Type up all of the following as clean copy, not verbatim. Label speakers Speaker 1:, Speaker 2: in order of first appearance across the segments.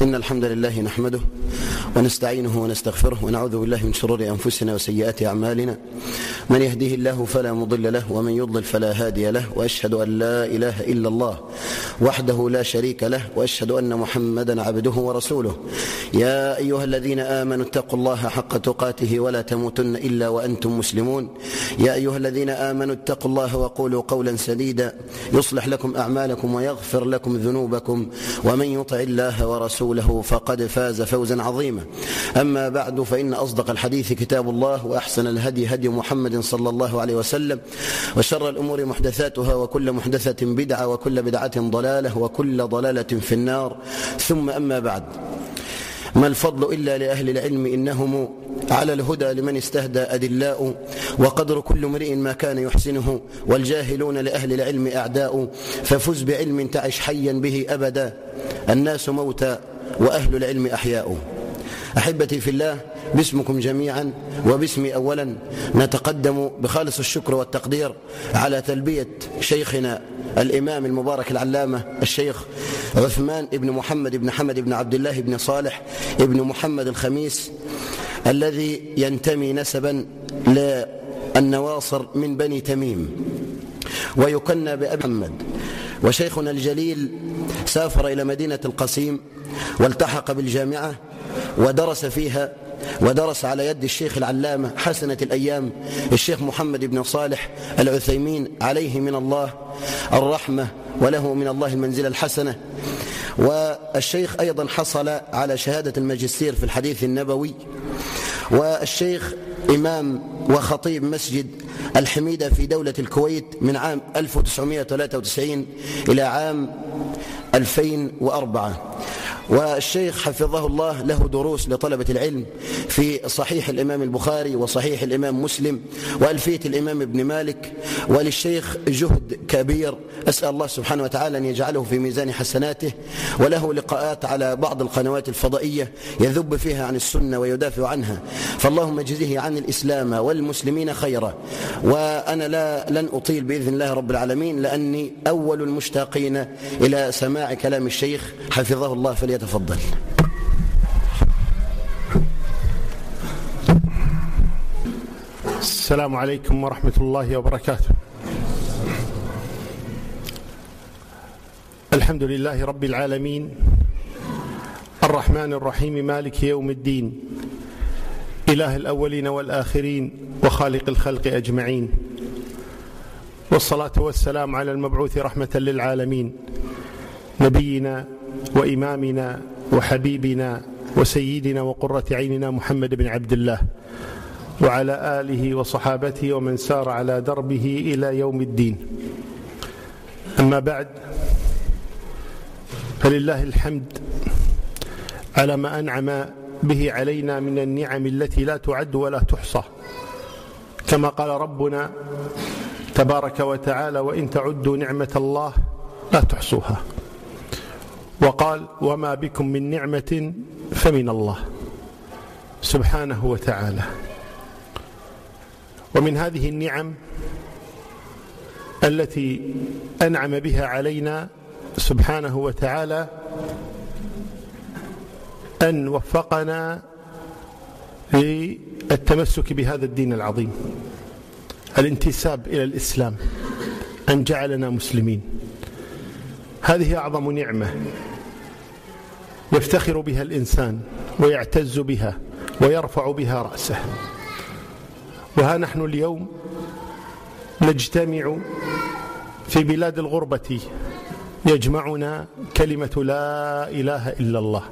Speaker 1: إن الحمد لله نحمده ونستعينه ونستغفره ونعوذ بالله من شرور أنفسنا وسيئات أعمالنا. من يهديه الله فلا مضل له ومن يضلل فلا هادي له، وأشهد أن لا إله إلا الله وحده لا شريك له، وأشهد أن محمدا عبده ورسوله. يا أيها الذين آمنوا اتقوا الله حق تقاته ولا تموتن إلا وأنتم مسلمون. يا أيها الذين آمنوا اتقوا الله وقولوا قولا سديدا يصلح لكم أعمالكم ويغفر لكم ذنوبكم، ومن يطع الله ورسوله فقد فاز فوزا عظيما. أما بعد، فإن أصدق الحديث كتاب الله، وأحسن الهدي هدي محمد صلى الله عليه وسلم، وشر الأمور محدثاتها، وكل محدثة بدعة، وكل بدعة ضلالة، وكل ضلالة في النار. ثم أما بعد، ما الفضل إلا لأهل العلم، إنهم على الهدى لمن استهدى أدلاء، وقدر كل امرئ ما كان يحسنه، والجاهلون لأهل العلم أعداء، ففز بعلم تعش حيا به أبدا، الناس موتى وأهل العلم أحياء. أحبتي في الله، باسمكم جميعا وباسمي أولا نتقدم بخالص الشكر والتقدير على تلبية شيخنا الإمام المبارك العلامة الشيخ عثمان بن محمد بن حمد بن عبد الله بن صالح بن محمد الخميس، الذي ينتمي نسبا للنواصر من بني تميم ويكنى بأبي محمد. وشيخنا الجليل سافر إلى مدينة القصيم والتحق بالجامعة ودرس فيها، ودرس على يد الشيخ العلامة حسنة الأيام الشيخ محمد بن صالح العثيمين، عليه من الله الرحمة وله من الله المنزلة الحسنة. والشيخ أيضا حصل على شهادة الماجستير في الحديث النبوي. والشيخ إمام وخطيب مسجد الحميدة في دولة الكويت من عام 1993 إلى عام 2004. والشيخ حفظه الله له دروس لطلبة العلم في صحيح الإمام البخاري وصحيح الإمام مسلم وألفية الإمام ابن مالك. وللشيخ جهد كبير، أسأل الله سبحانه وتعالى أن يجعله في ميزان حسناته. وله لقاءات على بعض القنوات الفضائية يذب فيها عن السنة ويدافع عنها، فاللهم اجزه عن الإسلام والمسلمين خيرا. وأنا لن أطيل بإذن الله رب العالمين، لأني أول المشتاقين إلى سماع كلام الشيخ حفظه الله، فليتفضل.
Speaker 2: السلام عليكم ورحمة الله وبركاته. الحمد لله رب العالمين، الرحمن الرحيم، مالك يوم الدين، إله الأولين والآخرين، وخالق الخلق أجمعين، والصلاة والسلام على المبعوث رحمة للعالمين، نبينا وإمامنا وحبيبنا وسيدنا وقرة عيننا محمد بن عبد الله، وعلى آله وصحابته ومن سار على دربه إلى يوم الدين. أما بعد، فلله الحمد على ما أنعم به علينا من النعم التي لا تعد ولا تحصى، كما قال ربنا تبارك وتعالى: وإن تعدوا نعمة الله لا تحصوها. وقال: وما بكم من نعمة فمن الله سبحانه وتعالى. ومن هذه النعم التي أنعم بها علينا سبحانه وتعالى أن وفقنا للتمسك بهذا الدين العظيم، الانتساب إلى الإسلام، أن جعلنا مسلمين. هذه أعظم نعمة يفتخر بها الإنسان ويعتز بها ويرفع بها رأسه. وها نحن اليوم نجتمع في بلاد الغربة، يجمعنا كلمة لا إله إلا الله.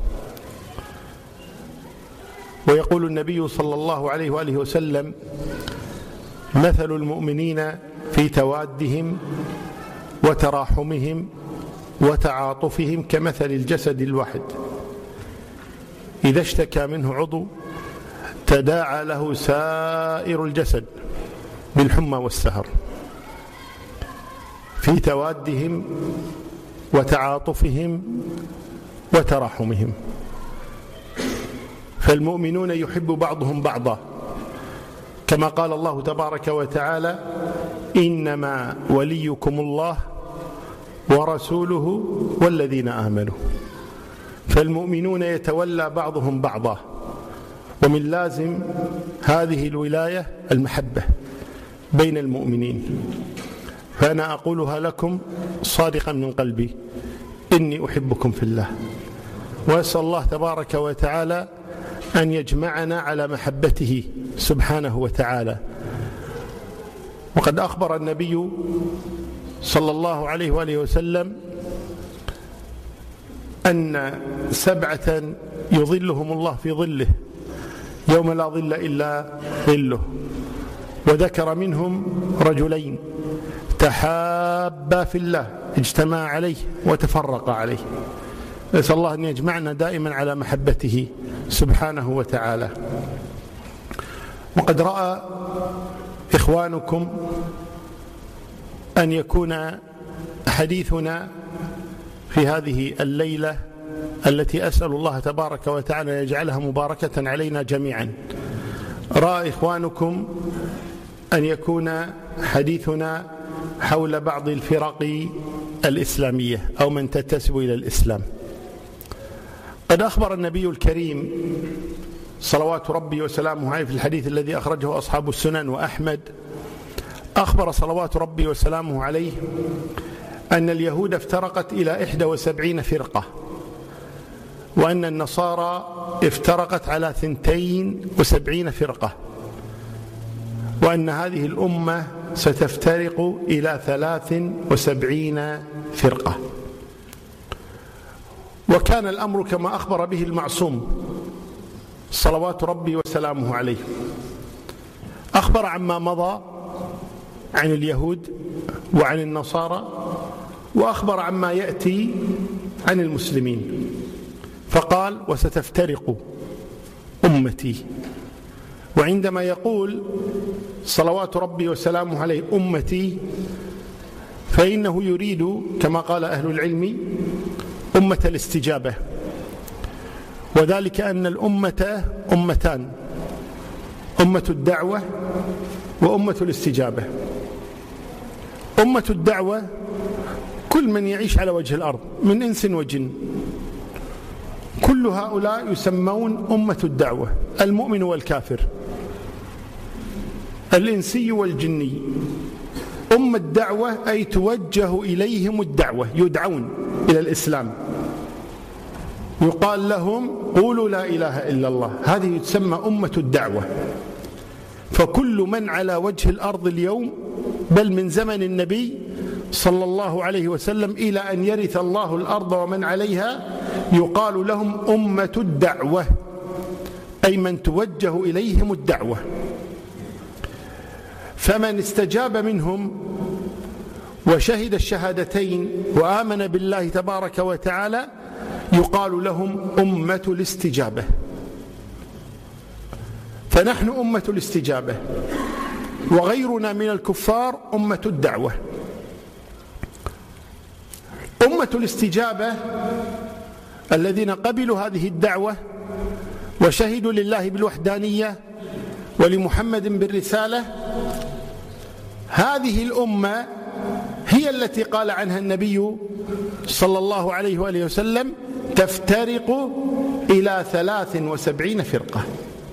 Speaker 2: ويقول النبي صلى الله عليه وآله وسلم: مثل المؤمنين في توادهم وتراحمهم وتعاطفهم كمثل الجسد الواحد، إذا اشتكى منه عضو تداعى له سائر الجسد بالحمى والسهر. في توادهم وتعاطفهم وتراحمهم. فالمؤمنون يحب بعضهم بعضا، كما قال الله تبارك وتعالى: إنما وليكم الله ورسوله والذين آمنوا. فالمؤمنون يتولى بعضهم بعضا، ومن لازم هذه الولاية المحبة بين المؤمنين. فأنا أقولها لكم صادقا من قلبي، إني أحبكم في الله، وأسأل الله تبارك وتعالى أن يجمعنا على محبته سبحانه وتعالى. وقد أخبر النبي صلى الله عليه وآله وسلم أن 7 يظلهم الله في ظله يوم لا ظل إلا ظله، وذكر منهم رجلين تحابا في الله اجتمعا عليه وتفرقا عليه. نسأل الله أن يجمعنا دائما على محبته سبحانه وتعالى. وقد رأى إخوانكم أن يكون حديثنا في هذه الليلة التي أسأل الله تبارك وتعالى يجعلها مباركة علينا جميعا، رأى إخوانكم أن يكون حديثنا حول بعض الفرق الإسلامية أو من تنتسب إلى الإسلام. قد أخبر النبي الكريم صلوات ربي وسلامه عليه في الحديث الذي أخرجه أصحاب السنن وأحمد، أخبر صلوات ربي وسلامه عليه أن اليهود افترقت إلى 71 فرقة، وأن النصارى افترقت على 72 فرقة، وأن هذه الأمة ستفترق إلى 73 فرقة. وكان الأمر كما أخبر به المعصوم صلوات ربي وسلامه عليه، أخبر عما مضى عن اليهود وعن النصارى، وأخبر عما يأتي عن المسلمين، فقال وستفترق أمتي. وعندما يقول صلوات ربي وسلامه عليه أمتي، فإنه يريد كما قال أهل العلم أمة الاستجابة، وذلك أن الأمة أمتان، أمة الدعوة وأمة الاستجابة. أمة الدعوة كل من يعيش على وجه الأرض من إنس وجن، كل هؤلاء يسمون أمة الدعوة، المؤمن والكافر، الإنسي والجني. أمة الدعوة أي توجه إليهم الدعوة، يدعون إلى الإسلام، يقال لهم قولوا لا إله إلا الله، هذه تسمى أمة الدعوة. فكل من على وجه الأرض اليوم، بل من زمن النبي صلى الله عليه وسلم إلى أن يرث الله الأرض ومن عليها، يقال لهم أمة الدعوة، أي من توجه إليهم الدعوة. فمن استجاب منهم وشهد الشهادتين وآمن بالله تبارك وتعالى يقال لهم أمة الاستجابة. فنحن أمة الاستجابة، وغيرنا من الكفار أمة الدعوة. أمة الاستجابة الذين قبلوا هذه الدعوة وشهدوا لله بالوحدانية ولمحمد بالرسالة، هذه الأمة هي التي قال عنها النبي صلى الله عليه وآله وسلم تفترق إلى 73 فرقة.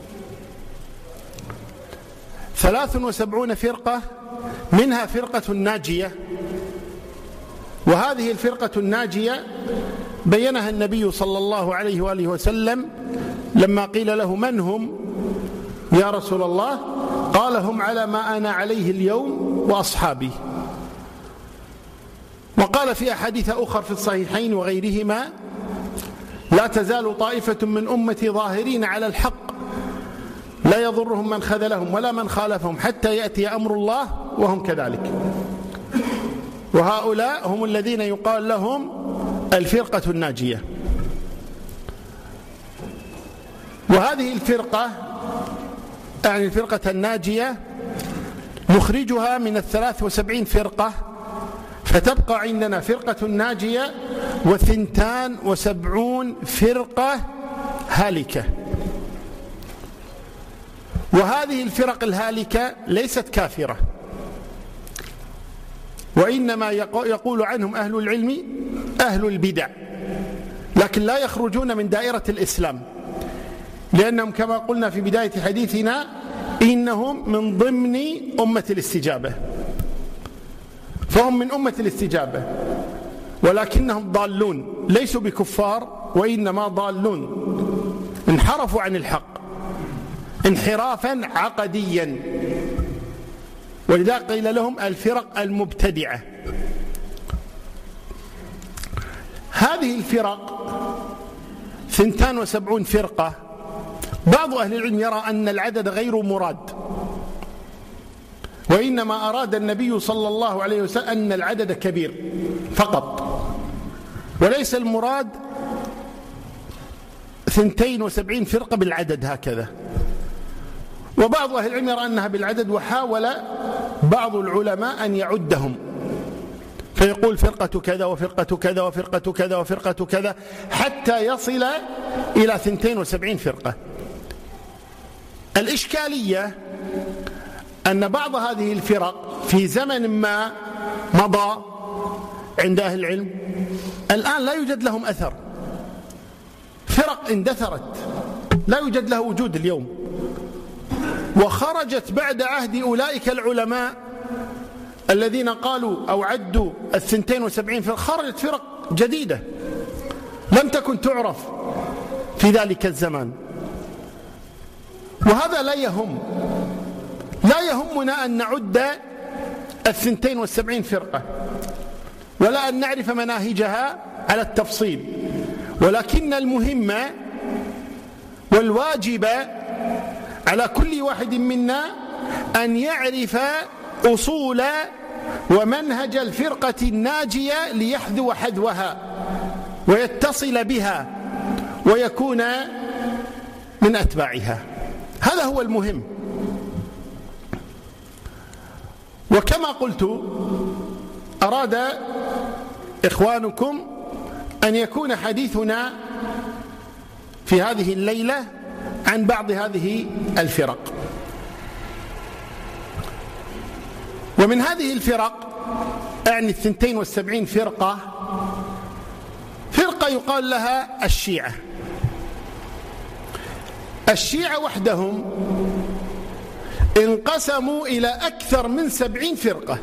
Speaker 2: 73 فرقة، منها فرقة ناجية، وهذه الفرقة الناجية بينها النبي صلى الله عليه وآله وسلم لما قيل له من هم يا رسول الله؟ قال هم على ما أنا عليه اليوم وأصحابي. وقال في أحاديث أخرى في الصحيحين وغيرهما لا تزال طائفة من أمتي ظاهرين على الحق لا يضرهم من خذلهم ولا من خالفهم حتى يأتي أمر الله وهم كذلك. وهؤلاء هم الذين يقال لهم الفرقة الناجية. وهذه الفرقة يعني الفرقة الناجية نخرجها من 73 فرقة، فتبقى عندنا فرقة ناجية و72 فرقة هالكة. وهذه الفرق الهالكة ليست كافرة، وإنما يقول عنهم أهل العلم أهل البدع، لكن لا يخرجون من دائرة الإسلام، لأنهم كما قلنا في بداية حديثنا إنهم من ضمن أمة الاستجابة، فهم من أمة الاستجابة، ولكنهم ضالون، ليسوا بكفار وإنما ضالون، انحرفوا عن الحق انحرافا عقديا، ولذلك قيل لهم الفرق المبتدعة. هذه الفرق 72 فرقة. بعض أهل العلم يرى أن العدد غير مراد، وإنما أراد النبي صلى الله عليه وسلم أن العدد كبير فقط، وليس المراد 72 فرقة بالعدد هكذا. وبعض أهل العلم يرى أنها بالعدد، وحاول بعض العلماء أن يعدهم فيقول فرقة كذا وفرقة كذا وفرقة كذا وفرقة كذا حتى يصل إلى 72 فرقة. الإشكالية أن بعض هذه الفرق في زمن ما مضى عند أهل العلم الآن لا يوجد لهم أثر، فرق اندثرت لا يوجد له وجود اليوم، وخرجت بعد عهد أولئك العلماء الذين قالوا أو عدوا 72 فرق، خرجت فرق جديدة لم تكن تعرف في ذلك الزمان. وهذا لا يهمنا أن نعد 72 فرقة ولا أن نعرف مناهجها على التفصيل، ولكن المهم والواجب على كل واحد منا أن يعرف أصول ومنهج الفرقة الناجية ليحذو حذوها ويتصل بها ويكون من أتباعها. هذا هو المهم. وكما قلت أراد إخوانكم أن يكون حديثنا في هذه الليلة عن بعض هذه الفرق. ومن هذه الفرق يعني 72 فرقة، فرقة يقال لها الشيعة. الشيعة وحدهم انقسموا إلى أكثر من 70 فرقة،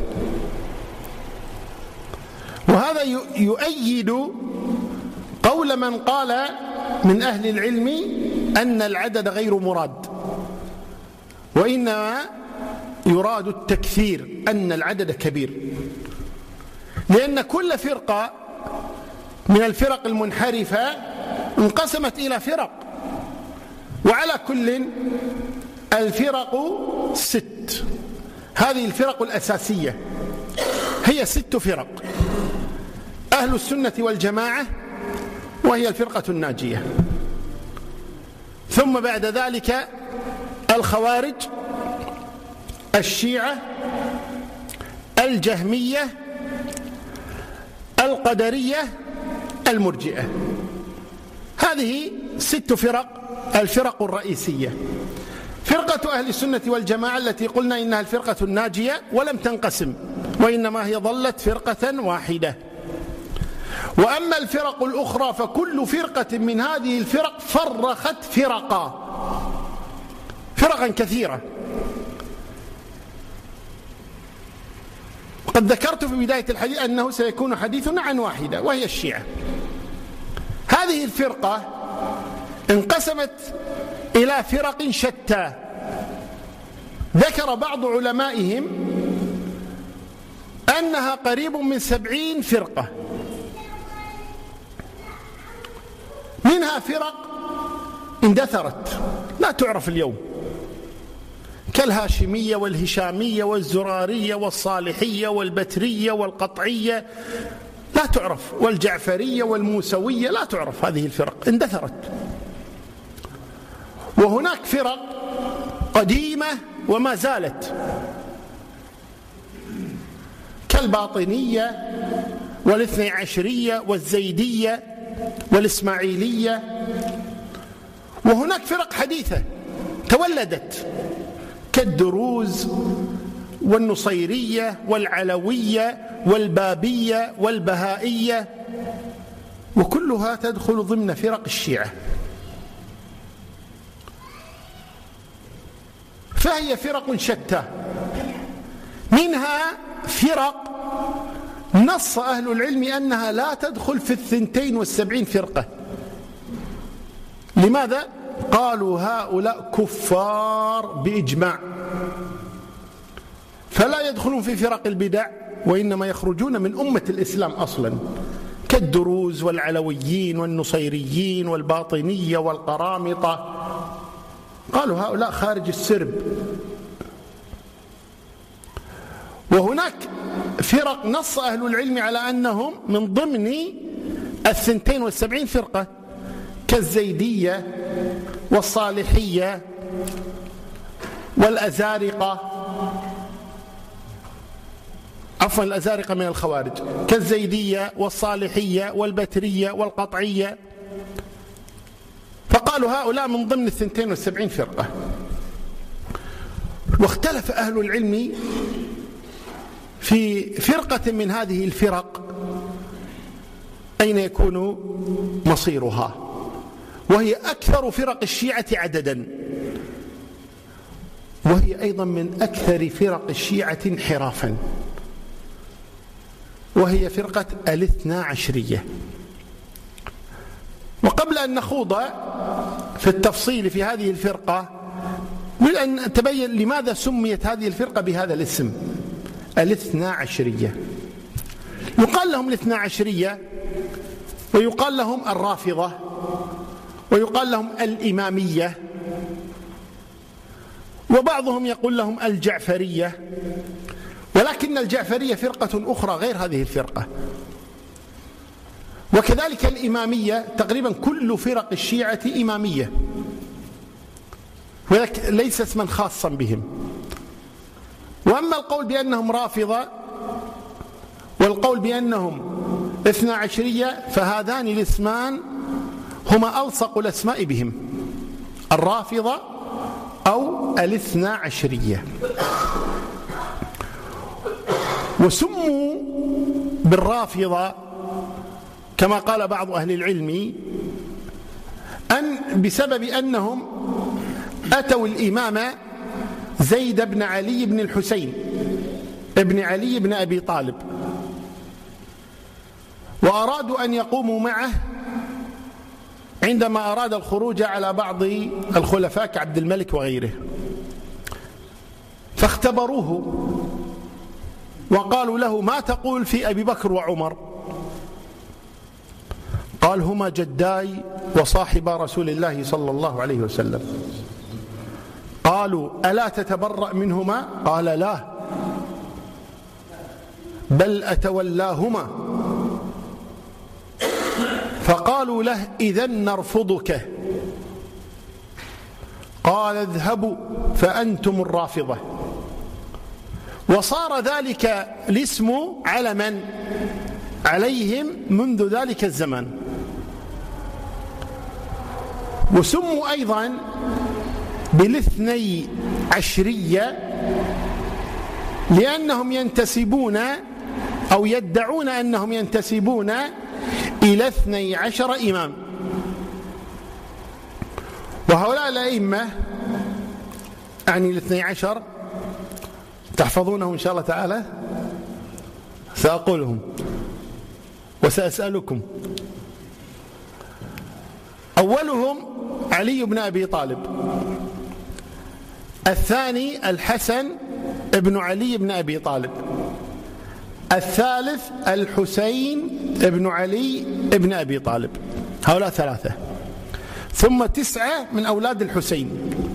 Speaker 2: وهذا يؤيد قول من قال من أهل العلم أن العدد غير مراد، وإنما يراد التكثير، أن العدد كبير، لأن كل فرقة من الفرق المنحرفة انقسمت إلى فرق، وعلى كل الفرق 6. هذه الفرق الأساسية هي 6 فرق: أهل السنة والجماعة وهي الفرقة الناجية، ثم بعد ذلك الخوارج، الشيعة، الجهمية، القدرية، المرجئة. هذه 6 فرق، الفرق الرئيسية. فرقة أهل السنة والجماعة التي قلنا إنها الفرقة الناجية ولم تنقسم، وإنما هي ظلت فرقة واحدة. وأما الفرق الأخرى فكل فرقة من هذه الفرق فرخت فرقا كثيرة. قد ذكرت في بداية الحديث أنه سيكون حديثنا عن واحدة وهي الشيعة. هذه الفرقة انقسمت إلى فرق شتى، ذكر بعض علمائهم أنها قريب من 70 فرقة، منها فرق اندثرت لا تعرف اليوم، كالهاشمية والهشامية والزرارية والصالحية والبترية والقطعية لا تعرف، والجعفرية والموسوية لا تعرف. هذه الفرق اندثرت. وهناك فرق قديمة وما زالت، كالباطنية والاثني عشرية والزيدية والإسماعيلية. وهناك فرق حديثة تولدت كالدروز والنصيرية والعلوية والبابية والبهائية. وكلها تدخل ضمن فرق الشيعة، فهي فرق شتى، منها فرق نص أهل العلم أنها لا تدخل في 72 فرقة. لماذا؟ قالوا هؤلاء كفار بإجماع، فلا يدخلون في فرق البدع، وإنما يخرجون من أمة الإسلام أصلا، كالدروز والعلويين والنصيريين والباطنية والقرامطة. قالوا هؤلاء خارج السرب. وهناك فرق نص أهل العلم على أنهم من ضمن 72 فرقة، كالزيدية والصالحية والأزارقة، عفوا الأزارقة من الخوارج، كالزيدية والصالحية والبترية والقطعية. فقالوا هؤلاء من ضمن 72 فرقة. واختلف أهل العلم في فرقة من هذه الفرق أين يكون مصيرها، وهي أكثر فرق الشيعة عددا، وهي أيضا من أكثر فرق الشيعة انحرافا، وهي فرقة الاثنا عشرية. وقبل أن نخوض في التفصيل في هذه الفرقة، نريد أن نتبين لماذا سميت هذه الفرقة بهذا الاسم الاثنا عشرية. يقال لهم الاثنا عشرية، ويقال لهم الرافضة، ويقال لهم الإمامية، وبعضهم يقول لهم الجعفرية. ولكن الجعفرية فرقة أخرى غير هذه الفرقة، وكذلك الإمامية. تقريبا كل فرق الشيعة إمامية، ولكن ليس اسما خاصا بهم. وأما القول بأنهم رافضة والقول بأنهم اثنا عشرية، فهذان الاسمان هما ألصق الأسماء بهم، الرافضة أو الاثنا عشرية. وسموا بالرافضة كما قال بعض أهل العلم بسبب أنهم أتوا الإمام زيد بن علي بن الحسين ابن علي بن أبي طالب، وأرادوا أن يقوموا معه عندما أراد الخروج على بعض الخلفاء كعبد الملك وغيره، فاختبروه وقالوا له: ما تقول في أبي بكر وعمر؟ قال: هما جداي وصاحبا رسول الله صلى الله عليه وسلم. قالوا: ألا تتبرأ منهما؟ قال: لا، بل أتولاهما. فقالوا له: إذن نرفضك. قال: اذهبوا فأنتم الرافضة. وصار ذلك الاسم علما عليهم منذ ذلك الزمان. وسموا أيضا بالاثني عشرية لأنهم ينتسبون أو يدعون أنهم ينتسبون إلى 12 إمام. وهؤلاء الأئمة يعني الاثني عشر تحفظونه إن شاء الله تعالى، سأقولهم وسأسألكم. أولهم علي بن أبي طالب، الثاني الحسن ابن علي بن أبي طالب، الثالث الحسين ابن علي ابن أبي طالب. هؤلاء ثلاثة. ثم 9 من أولاد الحسين: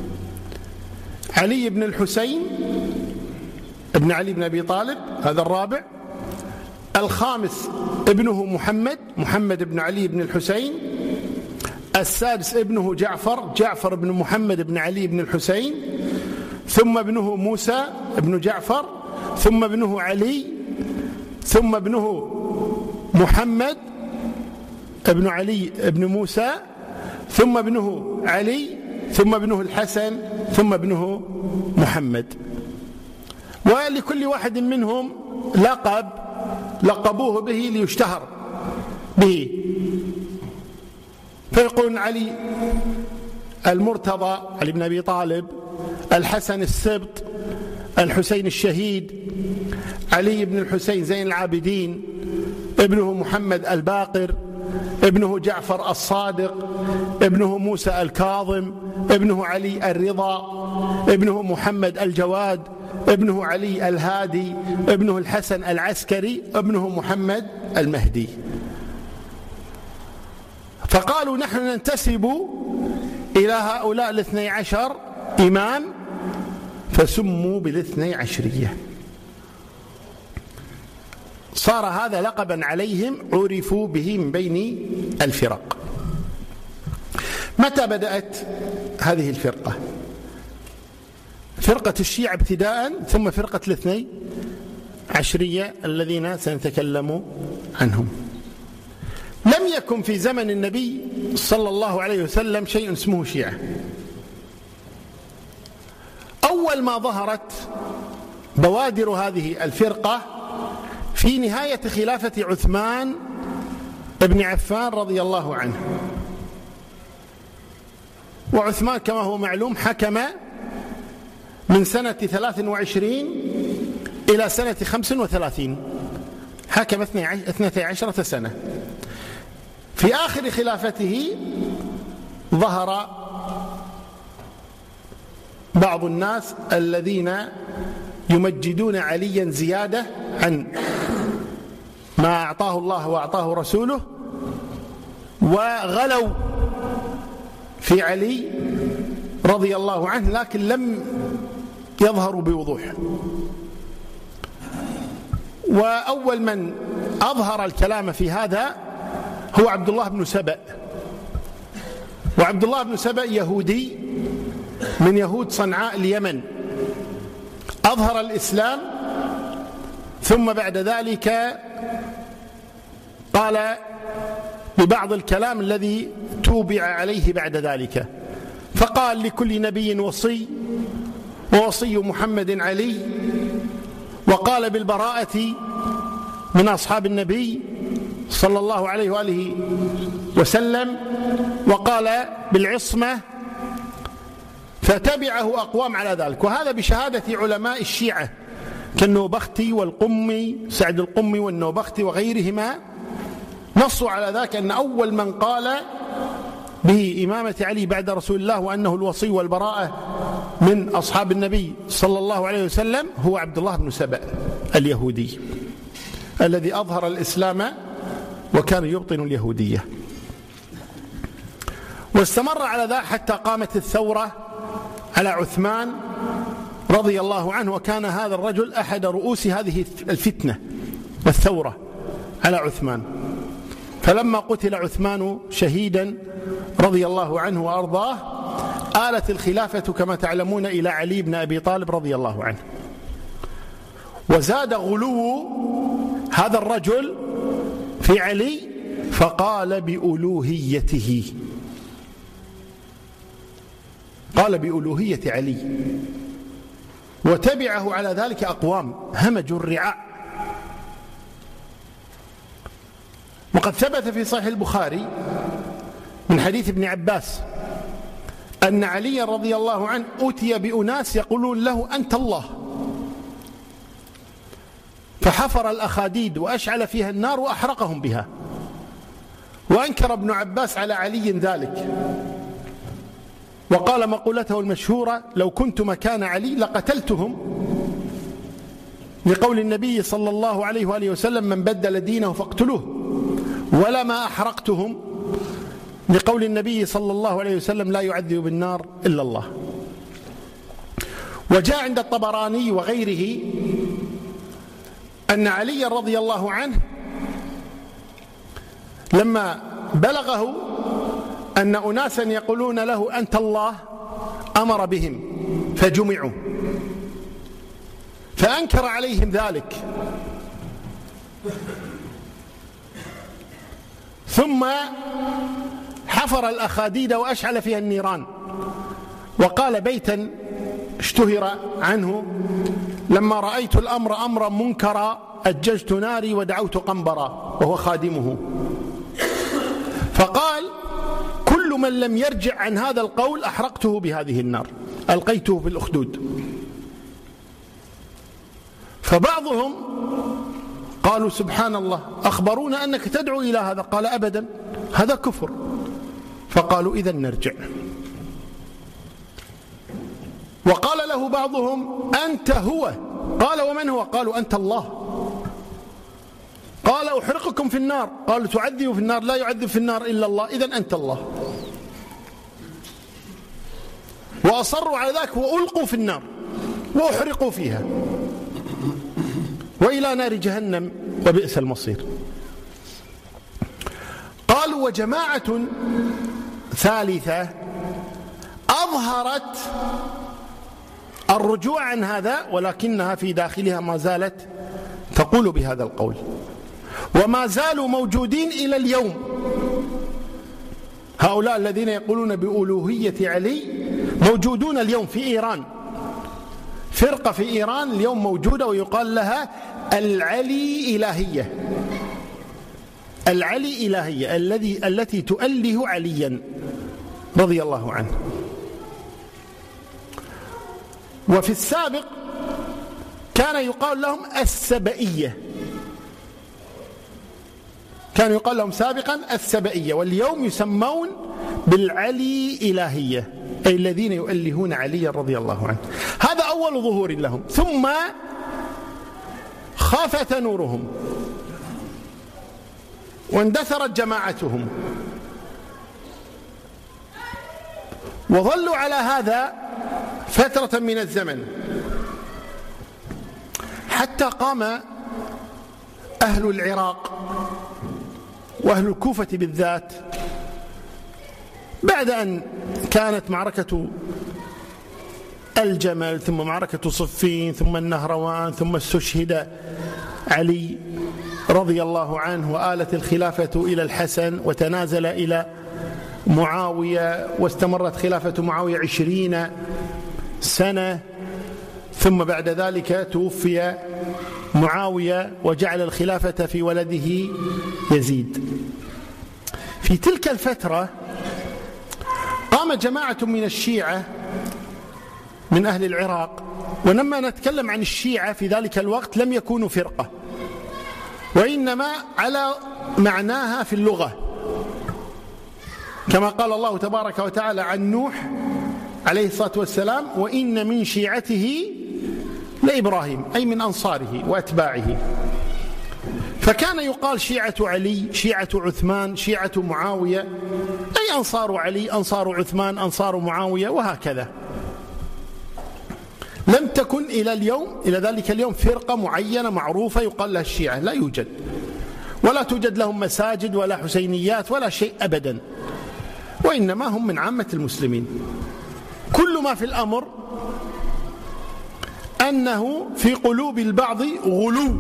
Speaker 2: علي بن الحسين ابن علي بن أبي طالب، هذا الرابع. الخامس ابنه محمد بن علي بن الحسين. السادس ابنه جعفر بن محمد بن علي بن الحسين. ثم ابنه موسى ابن جعفر. ثم ابنه علي. ثم ابنه محمد ابن علي ابن موسى. ثم ابنه علي. ثم ابنه الحسن. ثم ابنه محمد. ولكل واحد منهم لقب لقبوه به ليشتهر به. فيقولون علي المرتضى علي بن أبي طالب، الحسن السبط، الحسين الشهيد، علي بن الحسين زين العابدين، ابنه محمد الباقر، ابنه جعفر الصادق، ابنه موسى الكاظم، ابنه علي الرضا، ابنه محمد الجواد، ابنه علي الهادي، ابنه الحسن العسكري، ابنه محمد المهدي. فقالوا نحن ننتسب إلى هؤلاء الاثني عشر إمام، فسموا بالاثني عشرية. صار هذا لقبا عليهم عرفوا به من بين الفرق. متى بدأت هذه الفرقة؟ فرقة الشيعة ابتداء، ثم فرقة الاثني عشرية الذين سنتكلم عنهم. لم يكن في زمن النبي صلى الله عليه وسلم شيء اسمه شيعة. أول ما ظهرت بوادر هذه الفرقة في نهاية خلافة عثمان بن عفان رضي الله عنه. وعثمان كما هو معلوم حكم من سنة 23 إلى سنة 35، حكم 12 سنة. في آخر خلافته ظهر بعض الناس الذين يمجدون عليا زيادة عن ما أعطاه الله وأعطاه رسوله، وغلوا في علي رضي الله عنه، لكن لم يظهروا بوضوح. وأول من أظهر الكلام في هذا هو عبد الله بن سبأ. وعبد الله بن سبأ يهودي من يهود صنعاء اليمن، أظهر الإسلام، ثم بعد ذلك قال ببعض الكلام الذي توبع عليه بعد ذلك، فقال لكل نبي وصي، ووصي محمد علي، وقال بالبراءة من أصحاب النبي صلى الله عليه وآله وسلم، وقال بالعصمة، فتبعه أقوام على ذلك. وهذا بشهادة علماء الشيعة كالنوبختي والقمي، سعد القمي والنوبختي وغيرهما، نصوا على ذلك أن أول من قال بإمامة علي بعد رسول الله وأنه الوصي والبراءة من أصحاب النبي صلى الله عليه وسلم هو عبد الله بن سبأ اليهودي الذي أظهر الإسلام وكان يبطن اليهودية. واستمر على ذلك حتى قامت الثورة على عثمان رضي الله عنه، وكان هذا الرجل أحد رؤوس هذه الفتنة والثورة على عثمان. فلما قتل عثمان شهيدا رضي الله عنه وأرضاه، آلت الخلافة كما تعلمون إلى علي بن أبي طالب رضي الله عنه. وزاد غلو هذا الرجل في علي، فقال بألوهيته، قال بألوهية علي، وتبعه على ذلك أقوام همجوا الرعاء. وقد ثبت في صحيح البخاري من حديث ابن عباس أن علي رضي الله عنه أتي بأناس يقولون له أنت الله، فحفر الأخاديد وأشعل فيها النار وأحرقهم بها. وأنكر ابن عباس على علي ذلك، وقال مقولته المشهورة: لو كنت مكان علي لقتلتهم، لقول النبي صلى الله عليه وآله وسلم: من بدل دينه فاقتلوه، ولا ما أحرقتهم، لقول النبي صلى الله عليه وسلم: لا يعذب بالنار إلا الله. وجاء عند الطبراني وغيره أن علي رضي الله عنه لما بلغه أن أناسا يقولون له أنت الله أمر بهم فجمعوا، فأنكر عليهم ذلك، ثم حفر الأخاديد وأشعل فيها النيران. وقال بيتا اشتهر عنه: لما رأيت الأمر أمرا منكرا أججت ناري ودعوت قنبرا، وهو خادمه. فقال: من لم يرجع عن هذا القول أحرقته بهذه النار، ألقيته في الأخدود. فبعضهم قالوا سبحان الله، أخبرونا أنك تدعو إلى هذا، قال أبدا هذا كفر. فقالوا إذن نرجع. وقال له بعضهم أنت هو، قال ومن هو؟ قالوا أنت الله. قال أحرقكم في النار، قالوا تعذب في النار، لا يعذب في النار إلا الله، إذن أنت الله. وأصروا على ذلك وألقوا في النار وأحرقوا فيها وإلى نار جهنم وبئس المصير. قالوا وجماعة ثالثة أظهرت الرجوع عن هذا، ولكنها في داخلها ما زالت تقول بهذا القول، وما زالوا موجودين إلى اليوم. هؤلاء الذين يقولون بألوهية علي موجودون اليوم في إيران، فرقة في إيران اليوم موجودة ويقال لها العلي إلهية. العلي إلهية التي تؤله عليا رضي الله عنه. وفي السابق كان يقال لهم السبئية، كان يقال لهم سابقا السبئية، واليوم يسمون بالعلي إلهية، أي الذين يؤلهون عليا رضي الله عنه. هذا أول ظهور لهم، ثم خافت نورهم واندثرت جماعتهم، وظلوا على هذا فترة من الزمن، حتى قام أهل العراق وأهل الكوفة بالذات بعد أن كانت معركة الجمل ثم معركة صفين ثم النهروان ثم استشهد علي رضي الله عنه وآلت الخلافة إلى الحسن وتنازل إلى معاوية، واستمرت خلافة معاوية 20 سنة، ثم بعد ذلك توفي معاوية وجعل الخلافة في ولده يزيد. في تلك الفترة قام جماعة من الشيعة من أهل العراق، ولما نتكلم عن الشيعة في ذلك الوقت لم يكونوا فرقة، وإنما على معناها في اللغة، كما قال الله تبارك وتعالى عن نوح عليه الصلاة والسلام وإن من شيعته لإبراهيم، أي من أنصاره وأتباعه. فكان يقال شيعة علي، شيعة عثمان، شيعة معاوية، أي أنصار علي، أنصار عثمان، أنصار معاوية، وهكذا. لم تكن إلى ذلك اليوم فرقة معينة معروفة يقال لها الشيعة، لا يوجد، ولا توجد لهم مساجد ولا حسينيات ولا شيء أبدا، وإنما هم من عامة المسلمين. كل ما في الأمر أنه في قلوب البعض غلو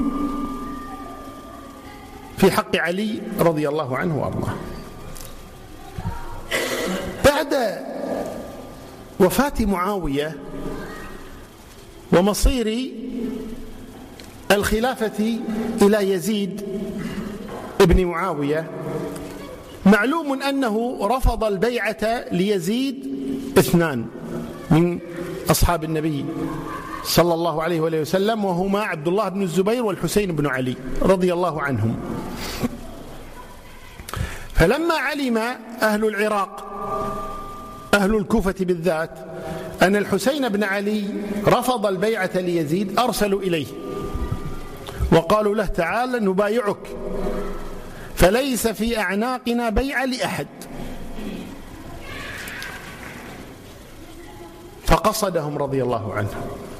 Speaker 2: في حق علي رضي الله عنه وأرضاه. بعد وفاة معاوية ومصير الخلافة إلى يزيد ابن معاوية، معلوم أنه رفض البيعة ليزيد 2 من أصحاب النبي صلى الله عليه وآله وسلم، وهما عبد الله بن الزبير والحسين بن علي رضي الله عنهم. فلما علم أهل العراق أهل الكوفة بالذات أن الحسين بن علي رفض البيعة ليزيد، أرسلوا إليه وقالوا له تعال نبايعك، فليس في أعناقنا بيعة لأحد. فقصدهم رضي الله عنه،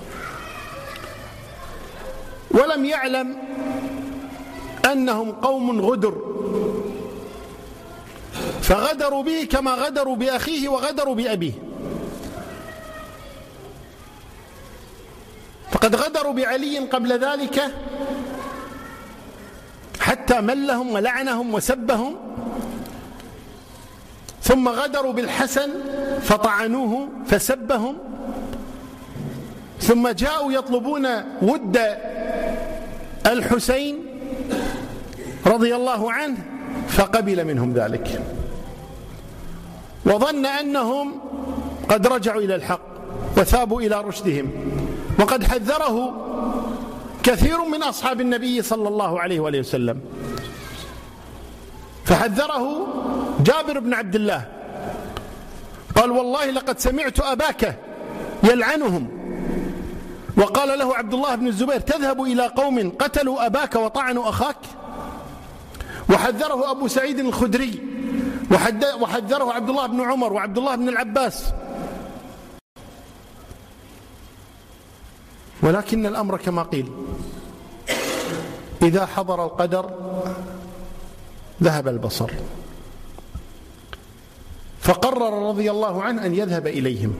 Speaker 2: ولم يعلم أنهم قوم غدر، فغدروا به كما غدروا بأخيه وغدروا بأبيه. فقد غدروا بعلي قبل ذلك حتى ملهم ولعنهم وسبهم، ثم غدروا بالحسن فطعنوه فسبهم، ثم جاءوا يطلبون ود الحسين رضي الله عنه فقبل منهم ذلك. وظن أنهم قد رجعوا إلى الحق وثابوا إلى رشدهم، وقد حذره كثير من أصحاب النبي صلى الله عليه وآله وسلم. فحذره جابر بن عبد الله قال: والله لقد سمعت أباك يلعنهم. وقال له عبد الله بن الزبير: تذهب إلى قوم قتلوا أباك وطعنوا أخاك؟ وحذره أبو سعيد الخدري، وحذره عبد الله بن عمر وعبد الله بن العباس. ولكن الأمر كما قيل: إذا حضر القدر ذهب البصر. فقرر رضي الله عنه أن يذهب إليهم،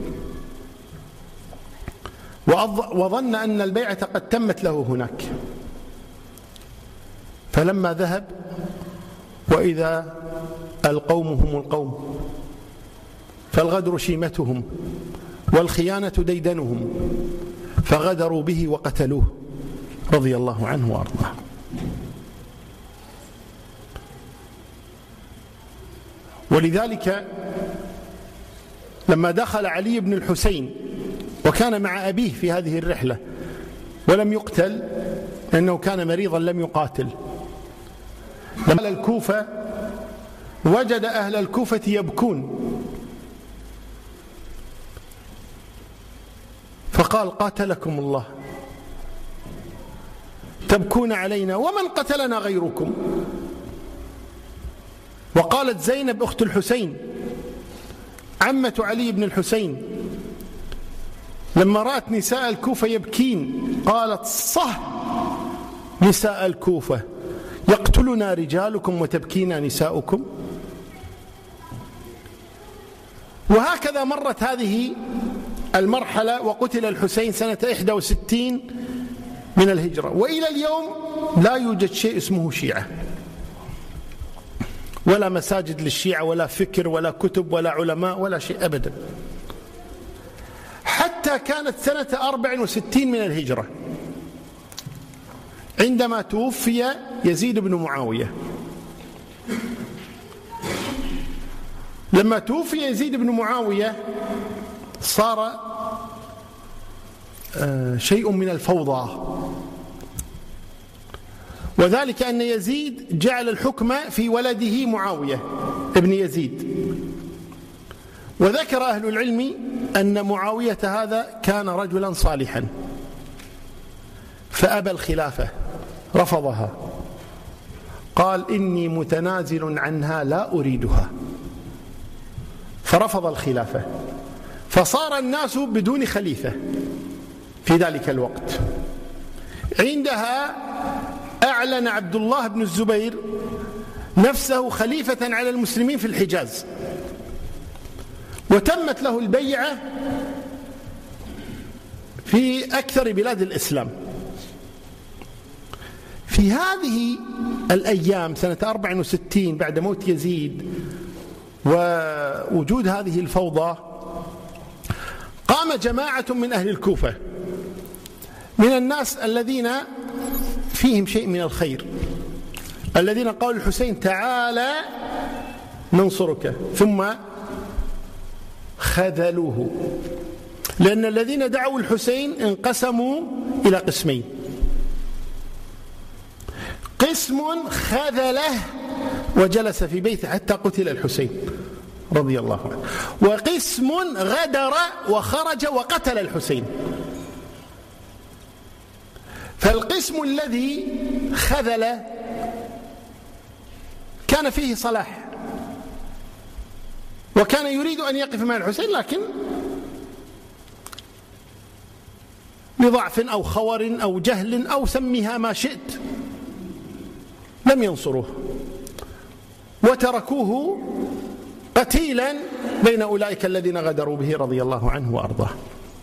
Speaker 2: وظن أن البيعة قد تمت له هناك. فلما ذهب وإذا القوم هم القوم، فالغدر شيمتهم والخيانة ديدنهم، فغدروا به وقتلوه رضي الله عنه وأرضاه. ولذلك لما دخل علي بن الحسين وكان مع أبيه في هذه الرحلة ولم يقتل لأنه كان مريضا لم يقاتل، لما الكوفة وجد أهل الكوفة يبكون، فقال: قاتلكم الله، تبكون علينا ومن قتلنا غيركم؟ وقالت زينب أخت الحسين عمة علي بن الحسين لما رأت نساء الكوفة يبكين قالت: صح نساء الكوفة، يقتلنا رجالكم وتبكينا نساؤكم. وهكذا مرت هذه المرحلة، وقتل الحسين سنة 61 من الهجرة. وإلى اليوم لا يوجد شيء اسمه شيعة، ولا مساجد للشيعة، ولا فكر، ولا كتب، ولا علماء، ولا شيء أبدا. حتى كانت سنة 64 من الهجرة عندما توفي يزيد بن معاوية. لما توفي يزيد بن معاوية صار شيء من الفوضى، وذلك أن يزيد جعل الحكم في ولده معاوية ابن يزيد. وذكر أهل العلم أن معاوية هذا كان رجلا صالحا، فأبى الخلافة، رفضها، قال: إني متنازل عنها لا أريدها، فرفض الخلافة، فصار الناس بدون خليفة في ذلك الوقت. عندها أعلن عبد الله بن الزبير نفسه خليفة على المسلمين في الحجاز، وتمت له البيعة في أكثر بلاد الإسلام. في هذه الأيام سنة 64 بعد موت يزيد ووجود هذه الفوضى، قام جماعة من أهل الكوفة من الناس الذين فيهم شيء من الخير، الذين قالوا الحسين: تعالى ننصرك، ثم خذلوه، لأن الذين دعوا الحسين انقسموا إلى قسمين: قسم خذله وجلس في بيته حتى قتل الحسين رضي الله عنه، وقسم غدر وخرج وقتل الحسين. فالقسم الذي خذل كان فيه صلاح، وكان يريد أن يقف مع الحسين، لكن بضعف أو خور أو جهل أو سميها ما شئت لم ينصروه، وتركوه قتيلا بين أولئك الذين غدروا به رضي الله عنه وأرضاه.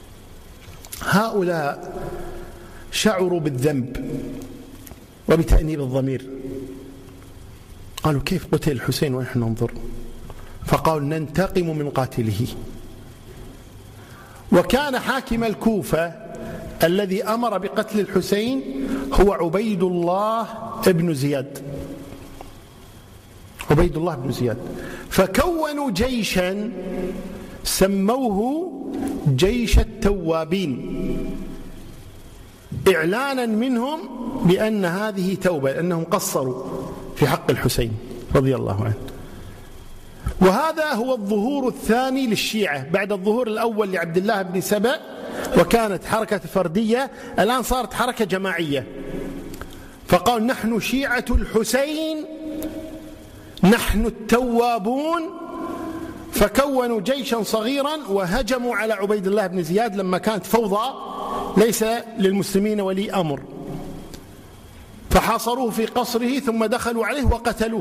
Speaker 2: هؤلاء شعروا بالذنب وبتأنيب الضمير، قالوا: كيف قتل الحسين ونحن ننظر؟ فقالوا: ننتقم من قاتله. وكان حاكم الكوفة الذي أمر بقتل الحسين هو عبيد الله بن زياد. عبيد الله بن زياد. فكون فكونوا جيشا سموه جيش التوابين، إعلانا منهم بأن هذه توبة، لأنهم قصروا في حق الحسين رضي الله عنه. وهذا هو الظهور الثاني للشيعة بعد الظهور الأول لعبد الله بن سبأ، وكانت حركة فردية، الآن صارت حركة جماعية. فقال نحن شيعة الحسين، نحن التوابون، فكونوا جيشا صغيرا وهجموا على عبيد الله بن زياد لما كانت فوضى ليس للمسلمين ولي أمر، فحاصروه في قصره ثم دخلوا عليه وقتلوه،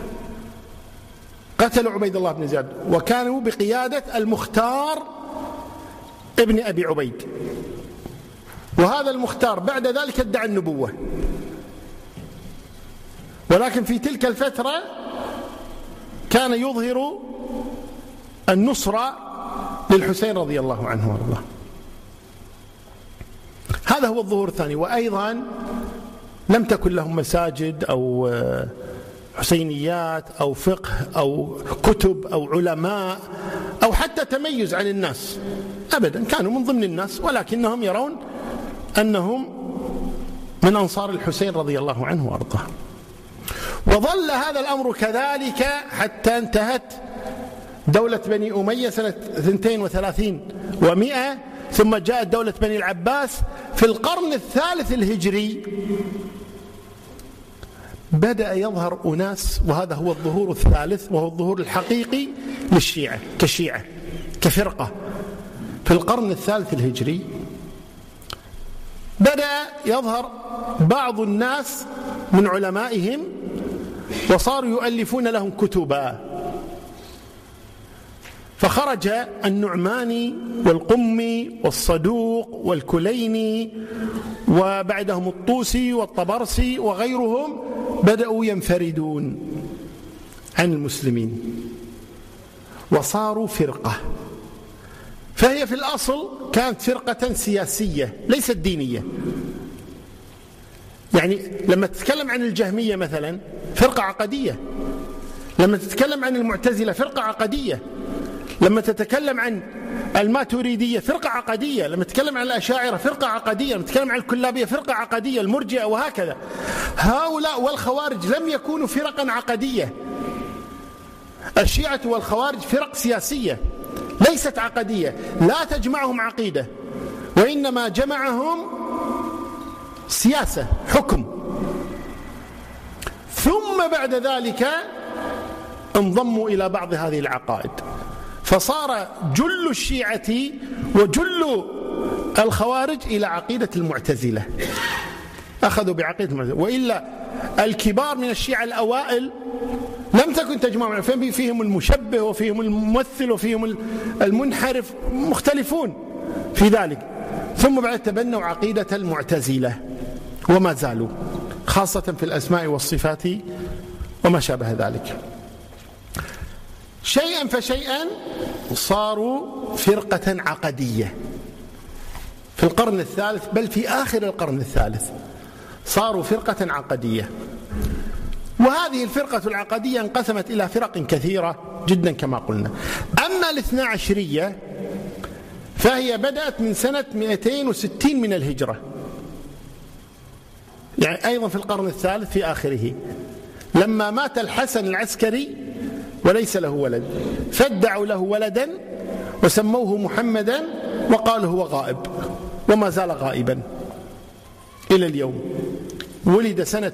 Speaker 2: قتلوا عبيد الله بن زياد، وكانوا بقيادة المختار ابن أبي عبيد. وهذا المختار بعد ذلك ادعى النبوة، ولكن في تلك الفترة كان يظهر النصرة للحسين رضي الله عنه وارضاه. هذا هو الظهور الثاني. وأيضا لم تكن لهم مساجد أو حسينيات أو فقه أو كتب أو علماء أو حتى تميز عن الناس أبدا، كانوا من ضمن الناس، ولكنهم يرون أنهم من أنصار الحسين رضي الله عنه وارضاه. وظل هذا الأمر كذلك حتى انتهت دولة بني أمية سنة 32 و100، ثم جاءت دولة بني العباس في القرن الثالث الهجري. بدأ يظهر أناس، وهذا هو الظهور الثالث وهو الظهور الحقيقي للشيعة كشيعة كفرقة. في القرن الثالث الهجري بدأ يظهر بعض الناس من علمائهم وصاروا يؤلفون لهم كتبا، فخرج النعماني والقمي والصدوق والكليني وبعدهم الطوسي والطبرسي وغيرهم، بدأوا ينفردون عن المسلمين وصاروا فرقة. فهي في الأصل كانت فرقة سياسية ليست دينية. يعني لما تتكلم عن الجهمية مثلا فرقة عقدية، لما تتكلم عن المعتزلة فرقة عقدية، لما تتكلم عن الماتريدية فرقة عقدية، لما تتكلم عن الأشاعرة فرقة عقدية، لما تتكلم عن الكلابية فرقة عقدية، المرجئة وهكذا. هؤلاء والخوارج لم يكونوا فرقا عقدية. الشيعة والخوارج فرق سياسية ليست عقدية، لا تجمعهم عقيدة، وإنما جمعهم سياسة حكم. ثم بعد ذلك انضموا إلى بعض هذه العقائد، فصار جل الشيعة وجل الخوارج إلى عقيدة المعتزلة، أخذوا بعقيدة المعتزلة. وإلا الكبار من الشيعة الأوائل لم تكن تجمعهم، فيهم المشبه وفيهم الممثل وفيهم المنحرف، مختلفون في ذلك. ثم بعد تبنوا عقيدة المعتزلة وما زالوا، خاصة في الأسماء والصفات وما شابه ذلك. شيئا فشيئا صاروا فرقة عقدية في القرن الثالث، بل في آخر القرن الثالث صاروا فرقة عقدية. وهذه الفرقة العقدية انقسمت إلى فرق كثيرة جدا كما قلنا. أما الاثنا عشرية فهي بدأت من سنة 260 من الهجرة، يعني أيضا في القرن الثالث في آخره، لما مات الحسن العسكري وليس له ولد، فادعوا له ولدا وسموه محمدا وقالوا هو غائب، وما زال غائبا إلى اليوم. ولد سنة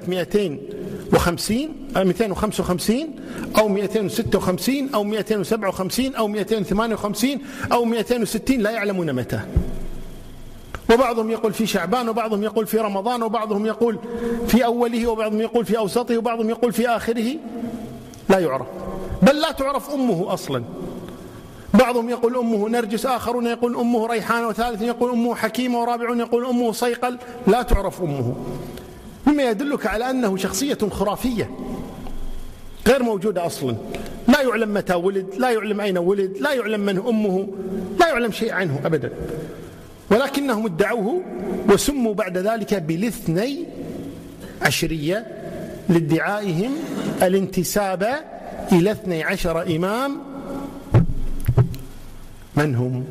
Speaker 2: 255 أو 256 أو 257 أو 258 أو 260، لا يعلمون متى. وبعضهم يقول في شعبان، وبعضهم يقول في رمضان، وبعضهم يقول في أوله، وبعضهم يقول في أوسطه، وبعضهم يقول في آخره، لا يعرف، بل لا تعرف أمه أصلا. بعضهم يقول أمه نرجس، آخرون يقول أمه ريحان، وثالث يقول أمه حكيمة، ورابعون يقول أمه صيقل، لا تعرف أمه، مما يدلك على أنه شخصية خرافية غير موجودة أصلا، لا يعلم متى ولد، لا يعلم أين ولد، لا يعلم من أمه، لا يعلم شيء عنه أبدا، ولكنهم ادعوه وسموا بعد ذلك بالاثني عشرية لادعائهم الانتساب إلى 12 إمام من هم؟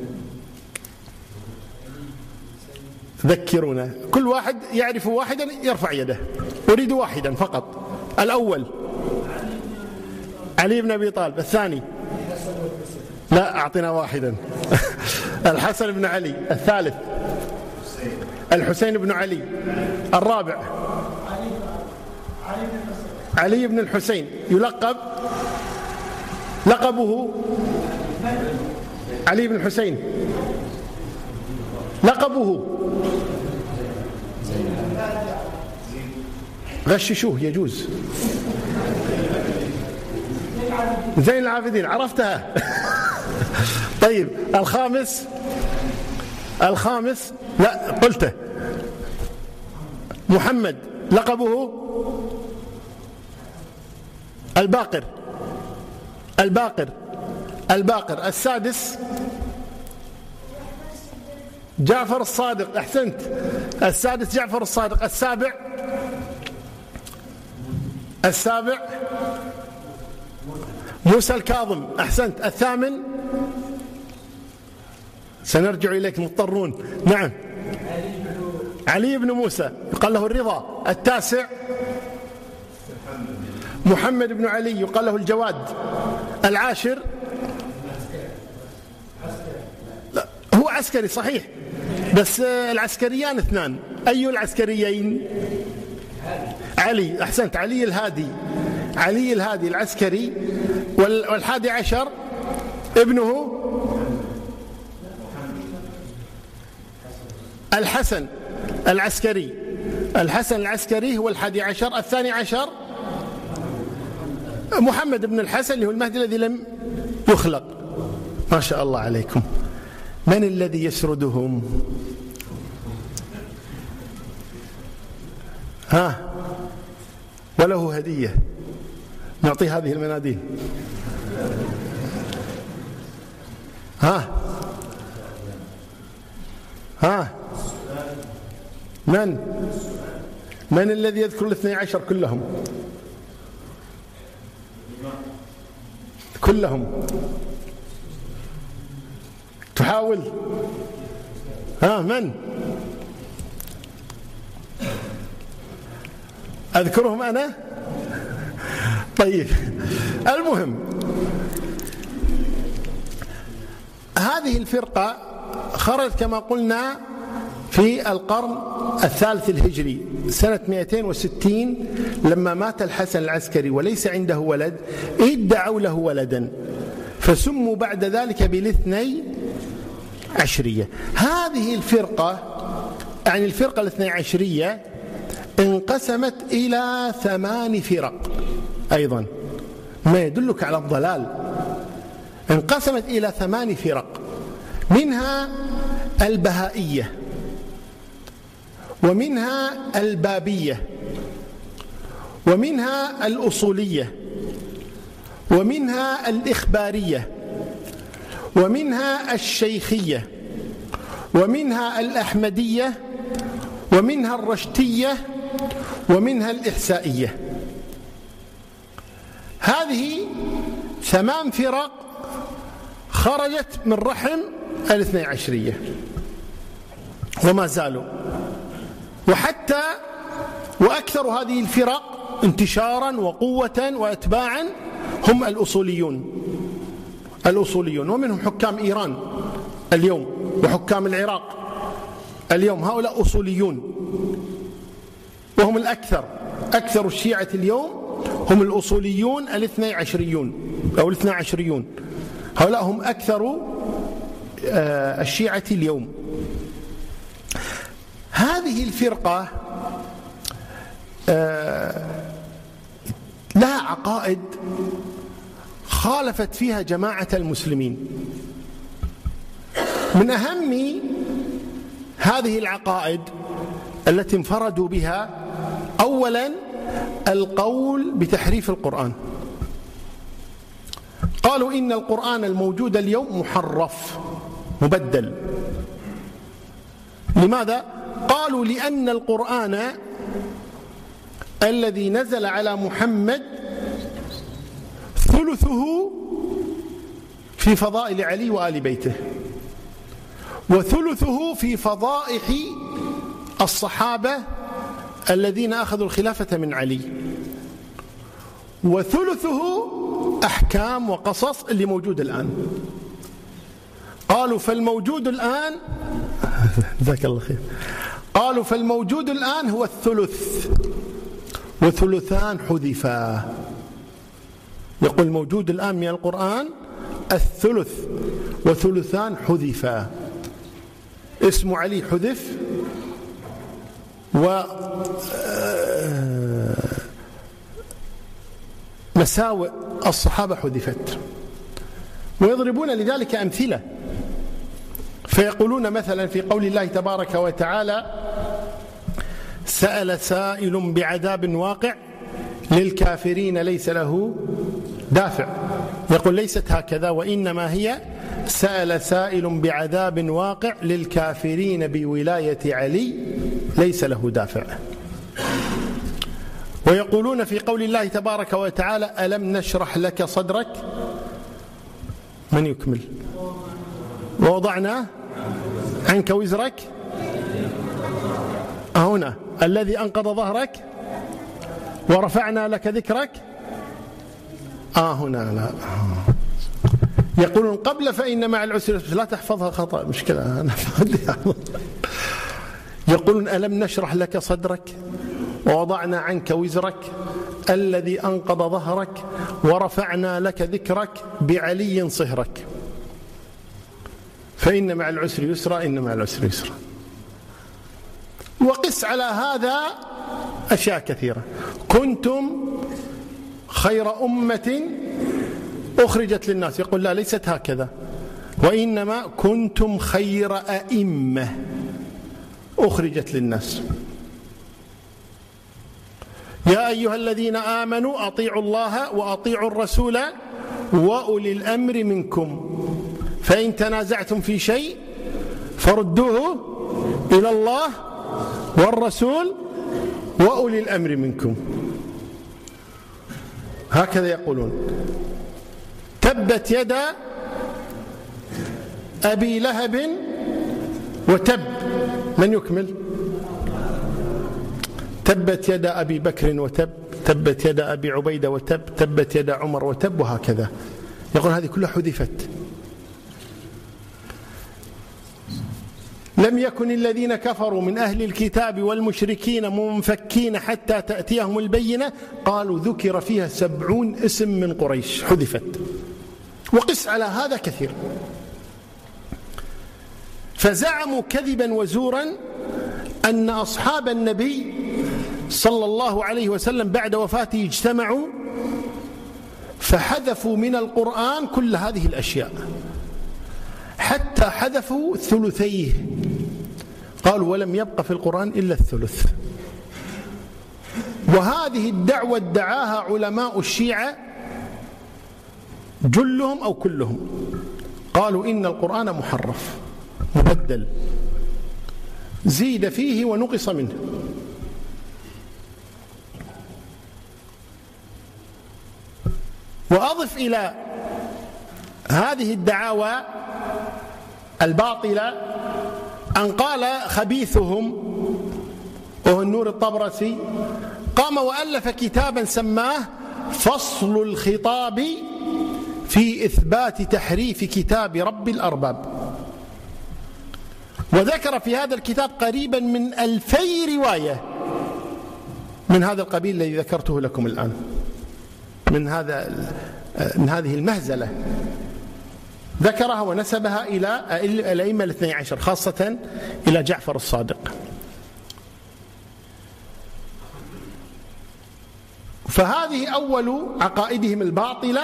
Speaker 2: ذكرونا. كل واحد يعرف واحدا يرفع يده. أريد واحدا فقط. الأول علي بن أبي طالب. الثاني لا، أعطنا واحدا. الحسن بن علي. الثالث الحسين بن علي. الرابع علي بن الحسين. لقبه علي بن الحسين. لقبه غششوه يجوز. زين العابدين. عرفتها. طيب الخامس لا قلته. محمد. لقبه الباقر. السادس جعفر الصادق. أحسنت. السادس جعفر الصادق. السابع موسى الكاظم. أحسنت. الثامن سنرجع إليك مضطرون. نعم، علي بن موسى يقال له الرضا. التاسع محمد بن علي يقال له الجواد. العاشر لا، هو عسكري صحيح، بس العسكريان اثنان. أي العسكريين؟ علي. أحسنت. علي الهادي العسكري. والحادي عشر ابنه الحسن العسكري هو الحادي عشر. الثاني عشر محمد بن الحسن اللي هو المهدي الذي لم يخلق. ما شاء الله عليكم. من الذي يسردهم؟ وله هدية. نعطي هذه المناديل. من الذي يذكر 12 كلهم؟ تحاول. من؟ أذكرهم أنا؟ طيب، المهم هذه الفرقة خرجت كما قلنا في القرن الثالث الهجري سنة 260 لما مات الحسن العسكري وليس عنده ولد، ادعوا له ولدا فسموا بعد ذلك بالاثني عشرية. هذه الفرقة يعني الفرقة الاثني عشرية انقسمت إلى 8 فرق أيضا، ما يدلك على الضلال. انقسمت إلى 8 فرق، منها البهائية، ومنها البابية، ومنها الأصولية، ومنها الإخبارية، ومنها الشيخية، ومنها الأحمدية، ومنها الرشتية، ومنها الإحسائية. هذه 8 فرق خرجت من رحم الاثني عشرية وما زالوا. وحتى وأكثر هذه الفرق انتشارا وقوة واتباعا هم الأصوليون، ومنهم حكام إيران اليوم وحكام العراق اليوم، هؤلاء أصوليون وهم الأكثر. أكثر الشيعة اليوم هم الأصوليون الاثني عشريون أو الاثنى عشريون، هؤلاء هم أكثر الشيعة اليوم. هذه الفرقة لها عقائد خالفت فيها جماعة المسلمين. من أهم هذه العقائد التي انفردوا بها أولا القول بتحريف القرآن. قالوا إن القرآن الموجود اليوم محرف مبدل. لماذا؟ قالوا لأن القرآن الذي نزل على محمد ثلثه في فضائل علي وآل بيته، وثلثه في فضائح الصحابة الذين أخذوا الخلافة من علي، وثلثه أحكام وقصص اللي موجود الآن. قالوا فالموجود الآن جزاك الله خير، قالوا فالموجود الآن هو الثلث، وثلثان حذفا. يقول موجود الآن من القرآن الثلث وثلثان حذفا. اسم علي حذف، ومساوئ الصحابة حذفت. ويضربون لذلك أمثلة، فيقولون مثلا في قول الله تبارك وتعالى: سأل سائل بعذاب واقع للكافرين ليس له دافع. يقول ليست هكذا، وإنما هي سأل سائل بعذاب واقع للكافرين بولاية علي ليس له دافع. ويقولون في قول الله تبارك وتعالى: ألم نشرح لك صدرك. من يكمل؟ ووضعنا عنك وزرك. هنا الذي أنقض ظهرك ورفعنا لك ذكرك. هنا لا. يقولون قبل فإن مع العسر لا تحفظها خطأ، مشكلة أنا يقولون ألم نشرح لك صدرك ووضعنا عنك وزرك الذي أنقض ظهرك ورفعنا لك ذكرك بعلي صهرك، فإن مع العسر يسرا، إن مع العسر يسرا. وقس على هذا أشياء كثيرة. كنتم خير أمة أخرجت للناس. يقول لا، ليست هكذا، وإنما كنتم خير أئمة أخرجت للناس. يا أيها الذين آمنوا أطيعوا الله وأطيعوا الرسول وأولي الأمر منكم، فإن تنازعتم في شيء فردوه إلى الله والرسول وأولي الأمر منكم. هكذا يقولون. تبت يدا أبي لهب وتب. من يكمل؟ تبت يدا أبي بكر وتب، تبت يدا أبي عبيدة وتب، تبت يدا عمر وتب، وهكذا. يقول هذه كلها حذفت. لم يكن الذين كفروا من أهل الكتاب والمشركين منفكين حتى تأتيهم البينة. قالوا ذكر فيها 70 اسم من قريش، حذفت. وقس على هذا كثير. فزعموا كذبا وزورا أن أصحاب النبي صلى الله عليه وسلم بعد وفاته اجتمعوا فحذفوا من القرآن كل هذه الأشياء، حتى حذفوا ثلثيه. قالوا ولم يبق في القرآن إلا الثلث. وهذه الدعوة ادعاها علماء الشيعة جلهم أو كلهم. قالوا إن القرآن محرف مبدل، زيد فيه ونقص منه. وأضف إلى هذه الدعاوى الباطلة أن قال خبيثهم وهو النور الطبرسي، قام وألف كتابا سماه فصل الخطاب في إثبات تحريف كتاب رب الأرباب، وذكر في هذا الكتاب قريبا من 2000 رواية من هذا القبيل الذي ذكرته لكم الآن، من هذه المهزلة. ذكرها ونسبها إلى الأئمة 12، خاصة إلى جعفر الصادق. فهذه أول عقائدهم الباطلة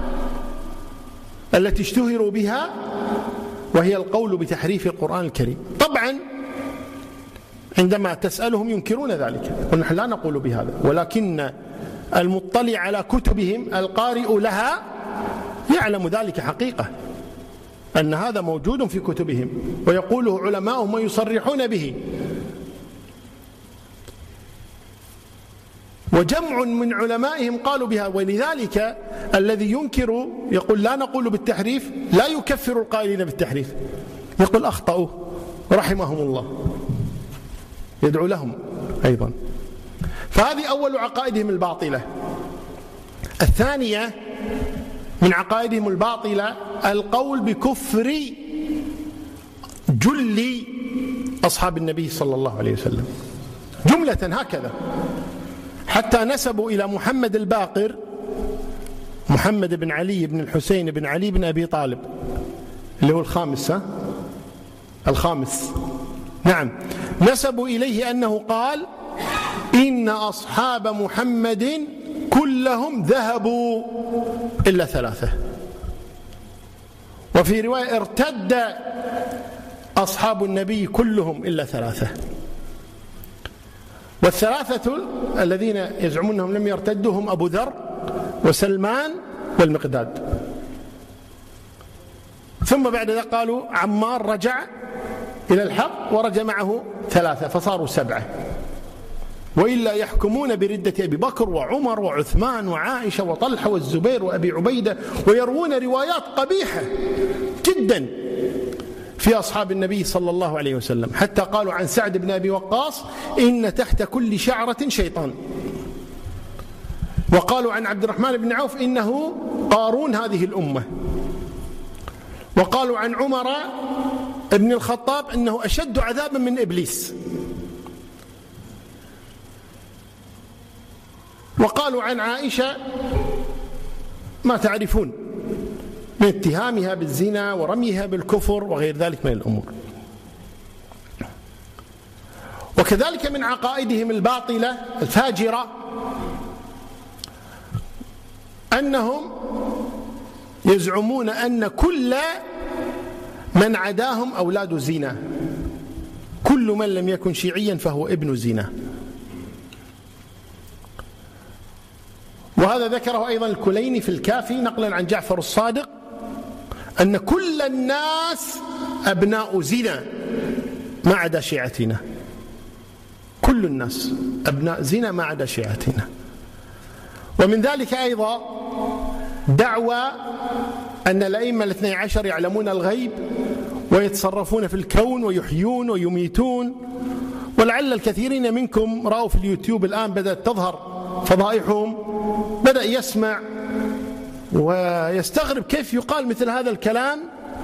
Speaker 2: التي اشتهروا بها، وهي القول بتحريف القرآن الكريم. طبعا عندما تسألهم ينكرون ذلك، ونحن لا نقول بهذا، ولكن المطلع على كتبهم القارئ لها يعلم ذلك حقيقة، أن هذا موجود في كتبهم ويقوله علماؤهم ويصرحون به. وجمع من علمائهم قالوا بها. ولذلك الذي ينكر يقول لا نقول بالتحريف لا يكفر القائلين بالتحريف، يقول أخطأوا رحمهم الله، يدعو لهم أيضا. فهذه أول عقائدهم الباطلة. الثانية من عقائدهم الباطلة القول بكفر جل أصحاب النبي صلى الله عليه وسلم جملة هكذا، حتى نسبوا إلى محمد الباقر، محمد بن علي بن الحسين بن علي بن أبي طالب اللي هو الخامس، نعم، نسبوا إليه أنه قال إن أصحاب محمد كلهم ذهبوا إلا 3، وفي رواية ارتد أصحاب النبي كلهم إلا 3، والثلاثة الذين يزعمون أنهم لم يرتدوا هم أبو ذر وسلمان والمقداد. ثم بعد ذلك قالوا عمار رجع إلى الحق ورجع معه 3 فصاروا 7، وإلا يحكمون بردة أبي بكر وعمر وعثمان وعائشة وطلحة والزبير وأبي عبيدة، ويروون روايات قبيحة جدا في أصحاب النبي صلى الله عليه وسلم، حتى قالوا عن سعد بن أبي وقاص إن تحت كل شعرة شيطان، وقالوا عن عبد الرحمن بن عوف إنه قارون هذه الأمة، وقالوا عن عمر بن الخطاب إنه أشد عذابا من إبليس، وقالوا عن عائشة ما تعرفون من اتهامها بالزنا ورميها بالكفر وغير ذلك من الأمور. وكذلك من عقائدهم الباطلة الفاجرة أنهم يزعمون أن كل من عداهم أولاد زنا، كل من لم يكن شيعيا فهو ابن زنا. وهذا ذكره أيضا الكليني في الكافي نقلا عن جعفر الصادق أن كل الناس أبناء زنا ما عدا شيعتنا، كل الناس أبناء زنا ما عدا شيعتنا. ومن ذلك أيضا دعوى أن الأئمة الاثني عشر يعلمون الغيب ويتصرفون في الكون ويحيون ويميتون، ولعل الكثيرين منكم رأوا في اليوتيوب الآن بدأت تظهر فضائحهم، بدأ يسمع ويستغرب كيف يقال مثل هذا الكلام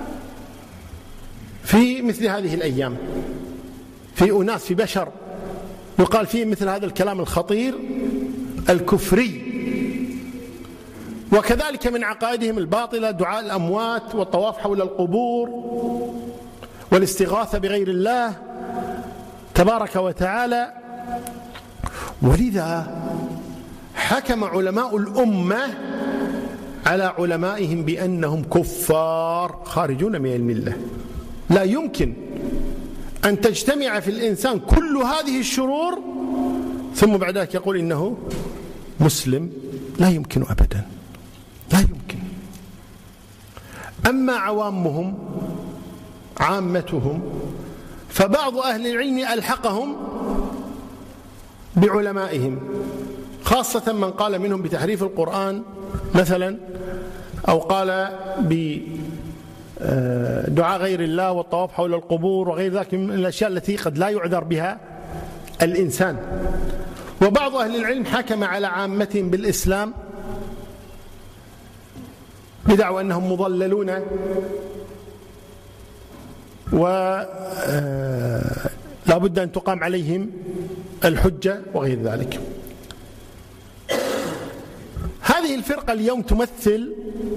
Speaker 2: في مثل هذه الأيام، في أناس في بشر يقال فيه مثل هذا الكلام الخطير الكفري. وكذلك من عقائدهم الباطلة دعاء الأموات والطواف حول القبور والاستغاثة بغير الله تبارك وتعالى. ولذا حكم علماء الأمة على علمائهم بأنهم كفار خارجون من الملة. لا يمكن أن تجتمع في الإنسان كل هذه الشرور ثم بعد ذلك يقول إنه مسلم، لا يمكن أبدا، لا يمكن. أما عوامهم عامتهم فبعض أهل العلم ألحقهم بعلمائهم، خاصة من قال منهم بتحريف القرآن مثلا، أو قال بدعاء غير الله والطواف حول القبور وغير ذلك من الأشياء التي قد لا يعذر بها الإنسان. وبعض أهل العلم حكم على عامتهم بالإسلام بدعوى أنهم مضللون ولا بد أن تقام عليهم الحجة وغير ذلك. هذه الفرقة اليوم تمثل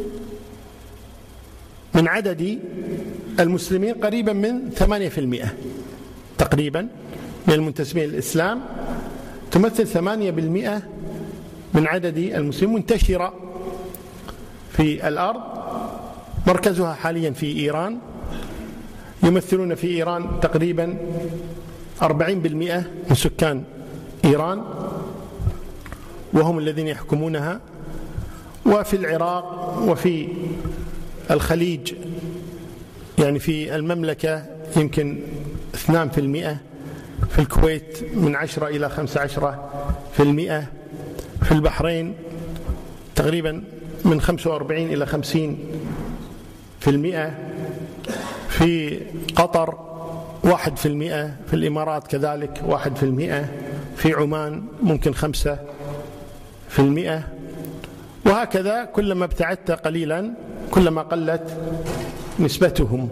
Speaker 2: من عدد المسلمين قريبا من 8% تقريبا من المنتسبين للإسلام، تمثل 8% من عدد المسلمين، منتشرة في الأرض، مركزها حاليا في إيران، يمثلون في إيران تقريبا 40% من سكان إيران وهم الذين يحكمونها، وفي العراق وفي الخليج يعني في المملكة يمكن 2%، في الكويت من 10 إلى 15%، في البحرين تقريبا من 45 إلى 50%، في في قطر 1%، في الإمارات كذلك 1%، في عمان ممكن 5%، وهكذا كلما ابتعدت قليلا كلما قلت نسبتهم.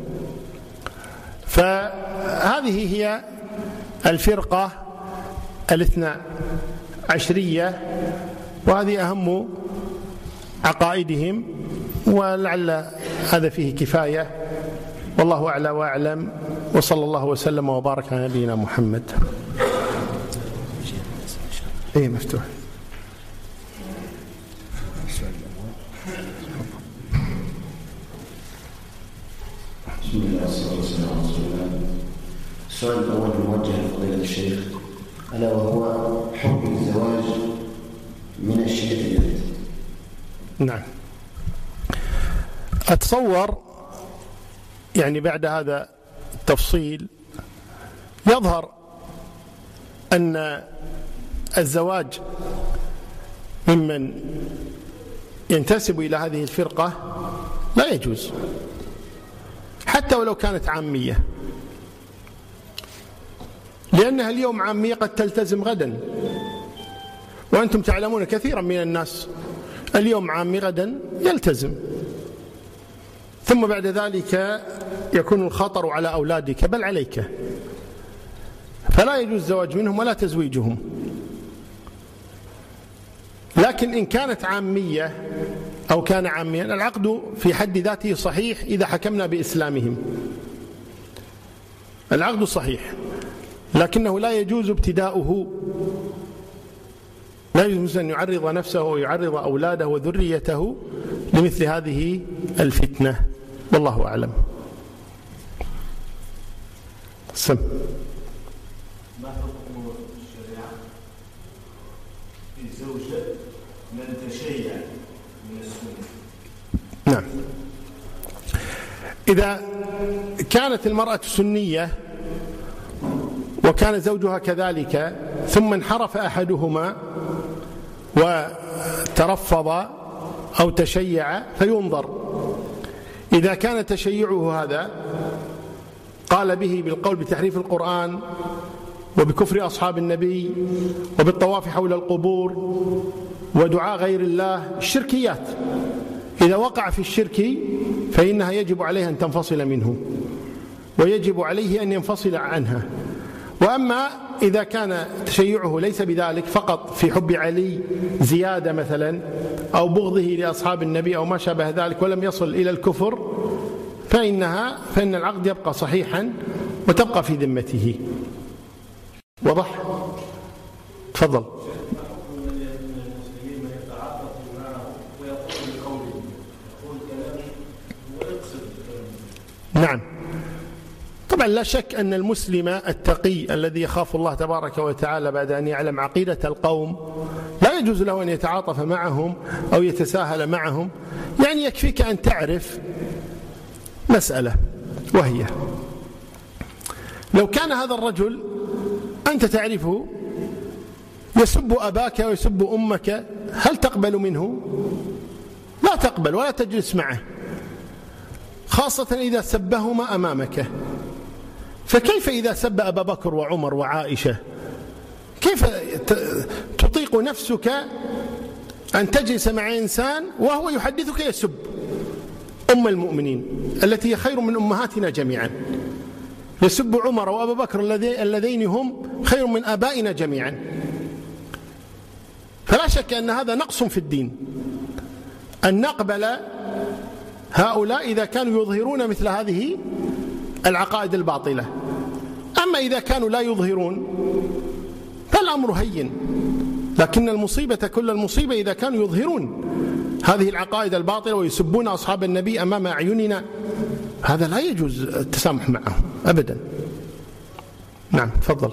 Speaker 2: فهذه هي الفرقة الاثنى عشرية، وهذه أهم عقائدهم، ولعل هذا فيه كفاية، والله أعلى وأعلم، وصلى الله وسلم وبارك على نبينا محمد. مفتوح.
Speaker 1: بسم الله والصلاة والسلام على رسول الله. السؤال الأول موجه لفضيلة الشيخ، ألا وهو حكم الزواج من الشيعيات.
Speaker 2: نعم، أتصور يعني بعد هذا التفصيل يظهر أن الزواج ممن ينتسب إلى هذه الفرقة لا يجوز، حتى ولو كانت عامية، لأنها اليوم عامية قد تلتزم غدا، وأنتم تعلمون كثيرا من الناس اليوم عامي غدا يلتزم، ثم بعد ذلك يكون الخطر على أولادك بل عليك، فلا يجوز الزواج منهم ولا تزويجهم. لكن إن كانت عامية أو كان عاميا، العقد في حد ذاته صحيح إذا حكمنا بإسلامهم، العقد صحيح، لكنه لا يجوز ابتداؤه، لا يجوز أن يعرض نفسه ويعرض أولاده وذريته لمثل هذه الفتنة، والله أعلم. سم.
Speaker 3: ما حكم الشريعة في زوجة من تشيع من السنة؟
Speaker 2: نعم، إذا كانت المرأة سنية وكان زوجها كذلك، ثم انحرف أحدهما وترفض أو تشيع فينظر. إذا كان تشيعه هذا قال به بالقول بتحريف القرآن وبكفر أصحاب النبي وبالطواف حول القبور ودعاء غير الله، الشركيات، إذا وقع في الشرك فإنها يجب عليها أن تنفصل منه، ويجب عليه أن ينفصل عنها. وأما إذا كان تشيعه ليس بذلك، فقط في حب علي زيادة مثلا، أو بغضه لأصحاب النبي أو ما شابه ذلك، ولم يصل إلى الكفر، فإن العقد يبقى صحيحا وتبقى في ذمته. وضح؟ تفضل. نعم، طبعا لا شك أن المسلم التقي الذي يخاف الله تبارك وتعالى بعد أن يعلم عقيدة القوم لا يجوز له أن يتعاطف معهم أو يتساهل معهم. يعني يكفيك أن تعرف مسألة، وهي لو كان هذا الرجل أنت تعرفه يسب أباك ويسب أمك، هل تقبل منه؟ لا تقبل ولا تجلس معه، خاصة إذا سبهما أمامك. فكيف إذا سب أبا بكر وعمر وعائشة؟ كيف تطيق نفسك أن تجلس مع إنسان وهو يحدثك يسب أم المؤمنين التي هي خير من أمهاتنا جميعا، يسب عمر وأبا بكر اللذين هم خير من آبائنا جميعا؟ فلا شك أن هذا نقص في الدين، أن نقبل هؤلاء إذا كانوا يظهرون مثل هذه العقائد الباطلة. أما إذا كانوا لا يظهرون فالأمر هين، لكن المصيبة كل المصيبة إذا كانوا يظهرون هذه العقائد الباطلة ويسبون أصحاب النبي أمام أعيننا، هذا لا يجوز التسامح معهم أبدا. نعم، تفضل.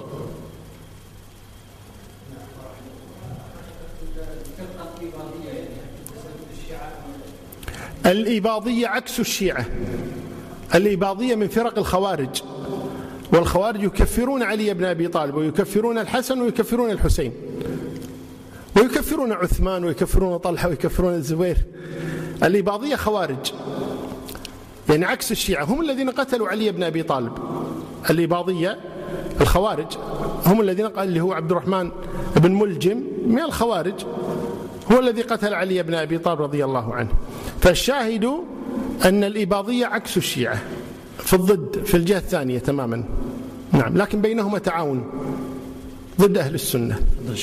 Speaker 2: الإباضية عكس الشيعة. الإباضية من فرق الخوارج، والخوارج يكفرون علي بن أبي طالب ويكفرون الحسن ويكفرون الحسين ويكفرون عثمان ويكفرون طلحة ويكفرون الزبير. الإباضية خوارج. يعني عكس الشيعة، هم الذين قتلوا علي بن أبي طالب. الإباضية الخوارج هم الذين قال اللي هو عبد الرحمن بن ملجم من الخوارج هو الذي قتل علي بن أبي طالب رضي الله عنه. فالشاهد أن الإباضية عكس الشيعة في الضد في الجهة الثانية تماما. نعم، لكن بينهما تعاون ضد أهل السنة.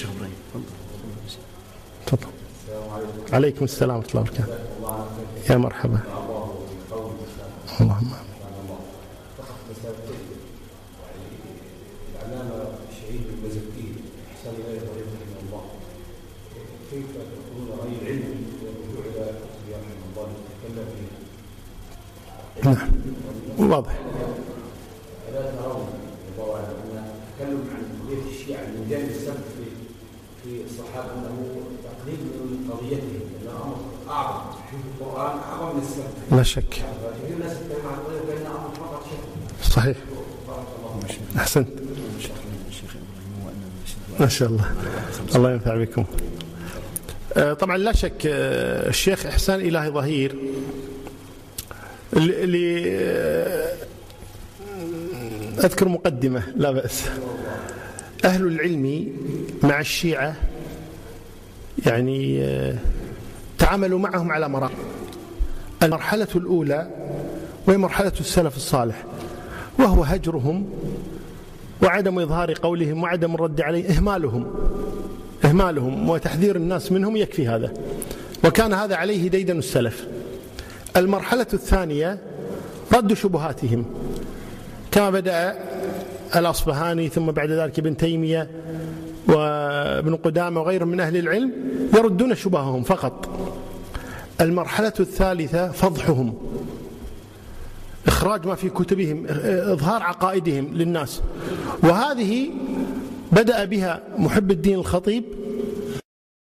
Speaker 2: تفضل. عليكم السلام ورحمة الله وبركاته. يا مرحبا. اللهم
Speaker 4: كيف تكون رأي العلم والرجوع إلى أصبياء الله يتكلم فيه؟
Speaker 2: نعم واضح.
Speaker 4: ألا ترون الله أعلم أن التكلم عن قضية الشيعة من جانب السبب في الصحابة أنه تقليل من قضيتهم، أنه أمر أعظم في القرآن أعظم من السبب.
Speaker 2: لا شك.
Speaker 4: فكثير الناس يتكلم عن القضية وكأنها أمر فقط شك.
Speaker 2: صحيح. أحسنت. ما شاء الله. الله ينفع بكم. طبعا لا شك الشيخ إحسان إلهي ظهير اللي أذكر مقدمة لا بأس. أهل العلم مع الشيعة يعني تعاملوا معهم على مراحل. المرحلة الأولى وهي مرحلة السلف الصالح، وهو هجرهم وعدم إظهار قولهم وعدم الرد عليه، إهمالهم وتحذير الناس منهم، يكفي هذا، وكان هذا عليه ديدن السلف. المرحلة الثانية رد شبهاتهم، كما بدأ الأصبهاني ثم بعد ذلك ابن تيمية وابن قدامة وغيرهم من أهل العلم يردون شبههم فقط. المرحلة الثالثة فضحهم، إخراج ما في كتبهم، إظهار عقائدهم للناس، وهذه بدأ بها محب الدين الخطيب